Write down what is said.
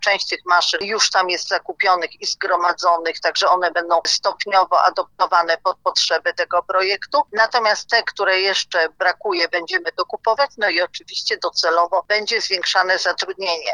część tych maszyn już tam jest zakupionych i zgromadzonych, także one będą stopniowo adoptowane pod potrzeby tego projektu. Natomiast te, które jeszcze brakuje, będziemy dokupować, no i oczywiście docelowo będzie zwiększane zatrudnienie.